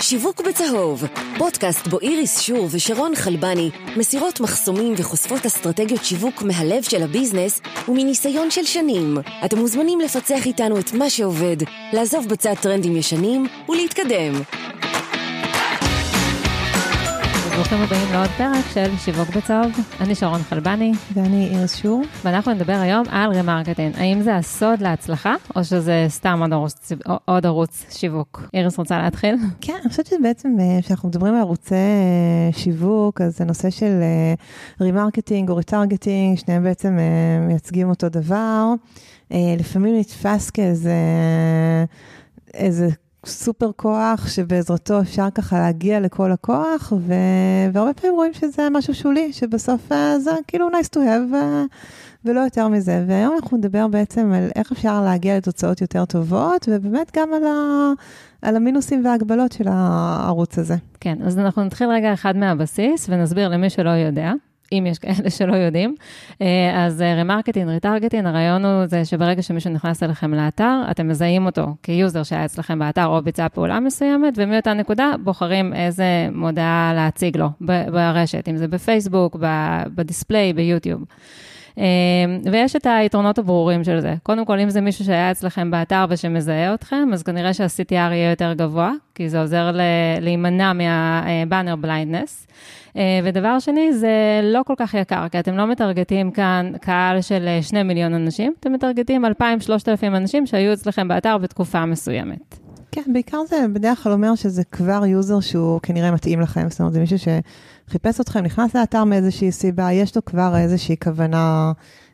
שיווק בצהוב, פודקאסט בו איריס שור ושרון חלבני מסירות מחסומים וחושפות אסטרטגיות שיווק מהלב של הביזנס ומניסיון של שנים. אתם מוזמנים לפצח איתנו את מה שעובד, לעזוב בצד טרנדים ישנים ולהתקדם. ברוכים הבאים לעוד פרק של שיווק בצהוב. אני שרון חלבני. ואני איריס שור. ואנחנו נדבר היום על רמרקטינג. האם זה הסוד להצלחה, או שזה סתם עוד ערוץ שיווק? איריס רוצה להתחיל? כן, אני חושבת שבעצם כשאנחנו מדברים על ערוצי שיווק, אז הנושא של רמרקטינג או ריטרגטינג, שניהם בעצם מייצגים אותו דבר. לפעמים נתפס כאיזה סופר כוח שבעזרתו אפשר ככה להגיע לכל הכוח, והרבה פעמים רואים שזה משהו שולי, שבסוף זה כאילו nice to have ולא יותר מזה. והיום אנחנו נדבר בעצם על איך אפשר להגיע לתוצאות יותר טובות, ובאמת גם על המינוסים וההגבלות של הערוץ הזה. כן, אז אנחנו נתחיל רגע אחד מהבסיס, ונסביר למי שלא יודע. אם יש כאלה שלא יודעים. אז רמרקטינג, ריטרגטינג, הרעיון הוא זה שברגע שמישהו נכנס אליכם לאתר, אתם מזהים אותו כיוזר שהיה אצלכם באתר או ביצע פעולה מסוימת, ומאותה נקודה בוחרים איזה מודעה להציג לו ברשת, אם זה בפייסבוק, בדיספליי, ביוטיוב. ויש את היתרונות הברורים של זה. קודם כל, אם זה מישהו שהיה אצלכם באתר ושמזהה אתכם, אז כנראה שה-CTR יהיה יותר גבוה, כי זה עוזר להימנע מה-banner blindness. ודבר שני, זה לא כל כך יקר, כי אתם לא מטרגטים כאן קהל של 2 מיליון אנשים, אתם מטרגטים 2,000-3,000 אנשים שהיו אצלכם באתר בתקופה מסוימת. כן, בעיקר זה בדרך כלל אומר שזה כבר יוזר שהוא כנראה מתאים לכם, זאת אומרת, זה מישהו שחיפש אתכם, נכנס לאתר מאיזושהי סיבה, יש לו כבר איזושהי כוונה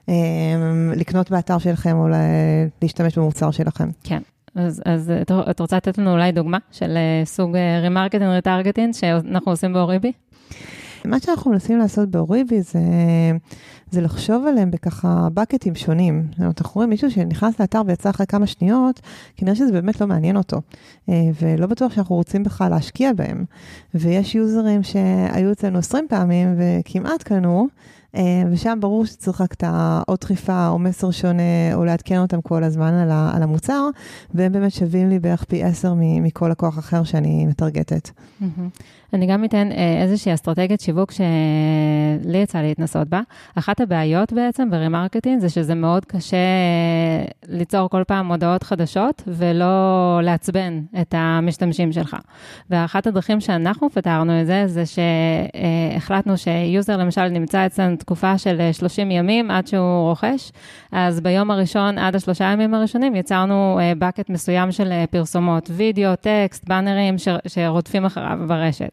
לקנות באתר שלכם או להשתמש במוצר שלכם. כן. אז את רוצה לתת לנו אולי דוגמה של סוג רמרקטינג וריטרגטינג שאנחנו עושים באוריבי? מה שאנחנו מנסים לעשות באוריבי זה לחשוב עליהם בככה בקטים שונים. אנחנו רואים מישהו שנכנס לאתר ויצא אחרי כמה שניות, כנראה שזה באמת לא מעניין אותו. ולא בטוח שאנחנו רוצים בכלל להשקיע בהם. ויש יוזרים שהיו אצלנו 20 פעמים וכמעט קנו, ושם ברור שצריך רק את עוד דחיפה או מסר שונה, או לעדכן אותם כל הזמן על המוצר, והם באמת שווים לי בערך פי 10 מכל לקוח אחר שאני מטרגטת. אני גם אתן איזושהי אסטרטגיית שיווק שלי יצא להתנסות בה. אחת הבעיות בעצם ברמרקטינג זה שזה מאוד קשה ליצור כל פעם מודעות חדשות, ולא לעצבן את המשתמשים שלך. ואחת הדרכים שאנחנו פתרנו את זה, זה שהחלטנו שיוזר למשל נמצא אצלנו תקופה של 30 ימים עד שהוא רוכש, אז ביום הראשון עד 3 ימים הראשונים יצרנו בקט מסוים של פרסומות, וידאו, טקסט, באנרים שרודפים אחריו ברשת.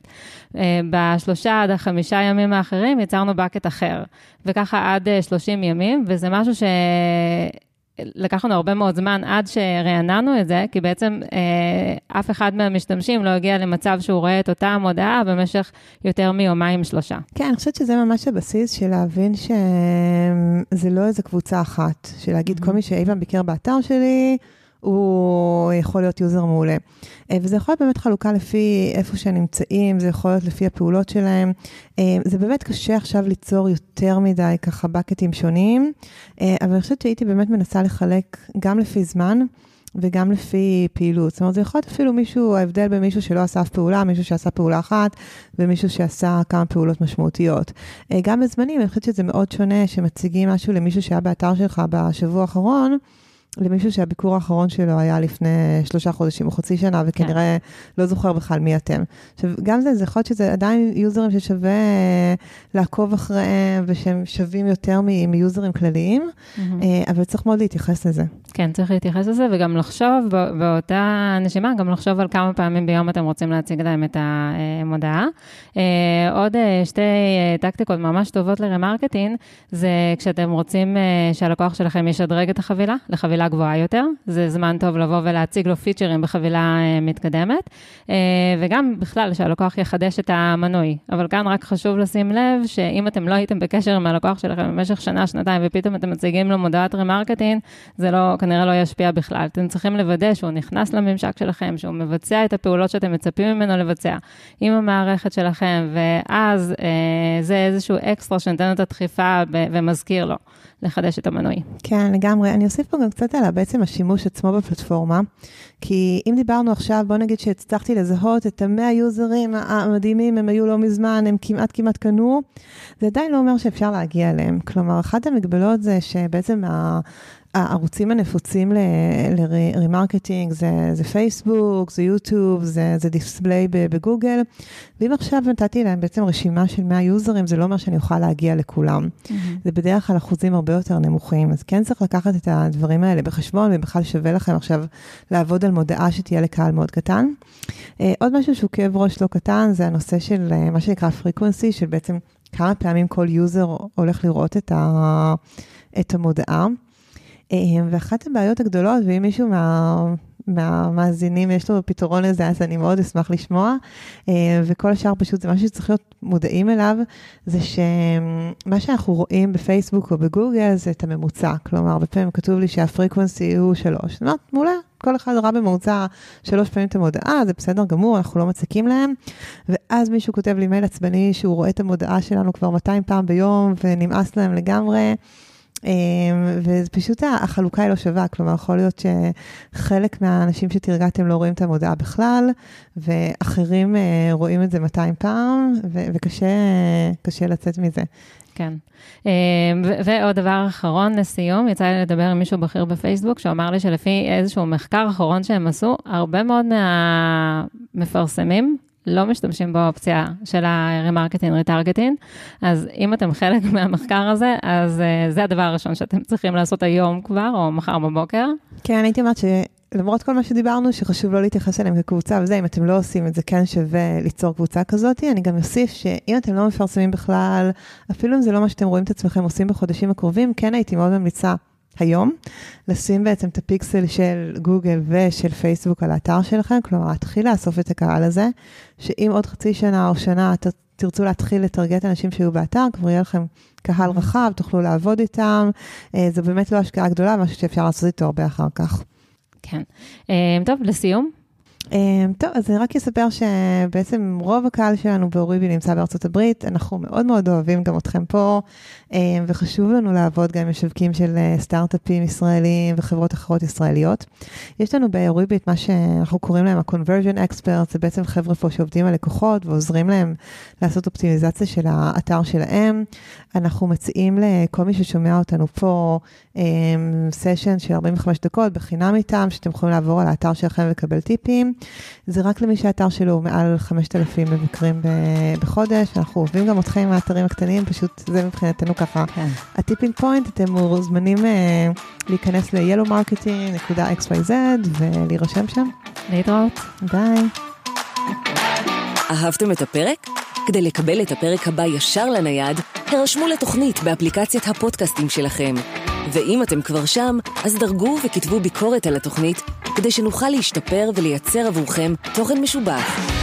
ב3 עד 5 ימים האחרים יצרנו בקט אחר, וככה עד 30 ימים, וזה משהו שלקח לנו הרבה מאוד זמן עד שרעננו את זה, כי בעצם אף אחד מהמשתמשים לא הגיע למצב שהוא רואה את אותה מודעה במשך יותר מיומיים 3. כן, אני חושבת שזה ממש הבסיס של להבין שזה לא איזה קבוצה אחת, של להגיד כל מי שאיבן ביקר באתר שלי, הוא יכול להיות יוזר מעולה. וזה יכול להיות באמת חלוקה לפי איפה שהם נמצאים, זה יכול להיות לפי הפעולות שלהם. זה באמת קשה עכשיו ליצור יותר מדי ככה בקטים שונים, אבל אני חושבת שהייתי באמת מנסה לחלק גם לפי זמן, וגם לפי פעילות. זאת אומרת, זה יכול להיות אפילו מישהו, ההבדל בין מישהו שלא עשה פעולה, מישהו שעשה פעולה אחת, ומישהו שעשה כמה פעולות משמעותיות. גם בזמנים, אני חושבת שזה מאוד שונה, שמציגים משהו למישהו שהיה באתר שלך בשבוע האחרון, למישהו שהביקור האחרון שלו היה לפני 3 חודשים או חצי שנה, וכנראה לא זוכר בכלל מי אתם. עכשיו, גם זה יכול להיות שזה עדיין יוזרים ששווה לעקוב אחריהם, ושהם שווים יותר מיוזרים כלליים, אבל צריך מאוד להתייחס לזה. כן, צריך להתייחס לזה, וגם לחשוב באותה נשימה, גם לחשוב על כמה פעמים ביום אתם רוצים להציג להם את המודעה. עוד 2 טקטיקות ממש טובות לרמרקטינג, זה כשאתם רוצים שהלקוח שלכם ישדרג את החבילה, לחבילה גבוהה יותר, זה זמן טוב לבוא ולהציג לו פיצ'רים בחבילה מתקדמת, וגם בכלל שהלקוח יחדש את המנוי. אבל כאן רק חשוב לשים לב שאם אתם לא הייתם בקשר עם הלקוח שלכם במשך שנה, שנתיים, ופתאום אתם מציגים לו מודעת רמרקטינג, זה לא, כנראה לא ישפיע בכלל. אתם צריכים לוודא שהוא נכנס לממשק שלכם, שהוא מבצע את הפעולות שאתם מצפים ממנו לבצע עם המערכת שלכם, ואז זה איזשהו אקסטרה שנתן את הדחיפה ומזכיר לו לחדש את המנוי. כן, לגמרי. אני אוסיף פה גם קצת קצת על בעצם השימוש עצמו בפלטפורמה, כי אם דיברנו עכשיו, בוא נגיד שהצלחתי לזהות את 100 יוזרים המדהימים, הם היו לא מזמן, הם כמעט קנו, זה עדיין לא אומר שאפשר להגיע אליהם. כלומר, אחת המגבלות זה שבעצם הערוצים הנפוצים לרימרקטינג, זה פייסבוק, זה יוטיוב, זה דיספליי בגוגל, ואם עכשיו נתתי להם בעצם רשימה של 100 יוזרים, זה לא אומר שאני אוכל להגיע לכולם. זה בדרך כלל אחוזים הרבה יותר נמוכים, אז כן צריך לקחת את הדברים האלה בחשבון, ובכלל שווה לכם עכשיו לעבוד על מודעה שתהיה לקהל מאוד קטן. עוד משהו שהוא כאב ראש לא קטן, זה הנושא של מה שנקרא פריקוונסי, של בעצם כמה פעמים כל יוזר הולך לראות את המודעה. ואחת הבעיות הגדולות, ואם מישהו מהמאזינים יש לו פתרון לזה, אז אני מאוד אשמח לשמוע, וכל השאר פשוט זה משהו שצריך להיות מודעים אליו, זה שמה שאנחנו רואים בפייסבוק או בגוגל זה את הממוצע, כלומר, הרבה פעמים כתוב לי שהפריקוונסי הוא 3, זאת אומרת, מעולה, כל אחד ראה בממוצע 3 פעמים את המודעה, זה בסדר גמור, אנחנו לא מצקים להם, ואז מישהו כותב לי מייל עצבני שהוא רואה את המודעה שלנו כבר 200 פעם ביום, ונמאס להם לגמרי, ופשוט החלוקה היא לא שווה, כלומר יכול להיות שחלק מהאנשים שתרגעתם לא רואים את המודעה בכלל, ואחרים רואים את זה 200 פעם, וקשה לצאת מזה. כן. ועוד דבר אחרון לסיום, יצא לי לדבר עם מישהו בכיר בפייסבוק, שאומר לי שלפי איזשהו מחקר אחרון שהם עשו, הרבה מאוד מהמפרסמים, לא משתמשים באופציה של הרמרקטינג, ריטרגטינג, אז אם אתם חלק מהמחקר הזה, אז זה הדבר הראשון שאתם צריכים לעשות היום כבר, או מחר בבוקר. כן, הייתי אומרת שלמרות כל מה שדיברנו, שחשוב לא להתייחס אליהם כקבוצה, וזה, אם אתם לא עושים את זה, כן שווה ליצור קבוצה כזאת, אני גם אוסיף שאם אתם לא מפרסמים בכלל, אפילו אם זה לא מה שאתם רואים את עצמכם עושים בחודשים הקרובים, כן הייתי מאוד ממליצה היום, לשים בעצם את הפיקסל של גוגל ושל פייסבוק על האתר שלכם, כלומר, להתחיל לאסוף את הקהל הזה, שאם עוד חצי שנה או שנה תרצו להתחיל לטרגט אנשים שיהיו באתר, כבר יהיה לכם קהל רחב, תוכלו לעבוד איתם, זה באמת לא השקעה גדולה, משהו שאפשר לעשות איתו הרבה אחר כך. כן. טוב, לסיום? טוב, אז אני רק אספר שבעצם רוב הקהל שלנו באוריבי נמצא בארצות הברית, אנחנו מאוד מאוד אוהבים גם אתכם פה, וחשוב לנו לעבוד גם עם משווקים של סטארט-אפים ישראלים וחברות אחרות ישראליות. יש לנו באוריבי את מה שאנחנו קוראים להם ה-Conversion Experts, זה בעצם חבר'ה פה שעובדים על לקוחות ועוזרים להם לעשות אופטימיזציה של האתר שלהם. אנחנו מציעים לכל מי ששומע אותנו פה סשן של 45 דקות בחינם איתם, שאתם יכולים לעבור על האתר שלכם ולקבל טיפים. זה רק למי שהאתר שלו הוא מעל 5,000 מבקרים בחודש. אנחנו אוהבים גם אתכם עם האתרים הקטנים, פשוט זה מבחינתנו ככה. הטיפינג פוינט, אתם מוזמנים להיכנס ל-yellowmarketing.xyz ולהירשם שם. להתראות. ביי. אהבתם את הפרק? כדי לקבל את הפרק הבא ישר לנייד, הרשמו לתוכנית באפליקציית הפודקאסטים שלכם. ואם אתם כבר שם, אז דרגו וכתבו ביקורת על התוכנית, כדי שנוכל להשתפר ולייצר עבורכם תוכן משובח.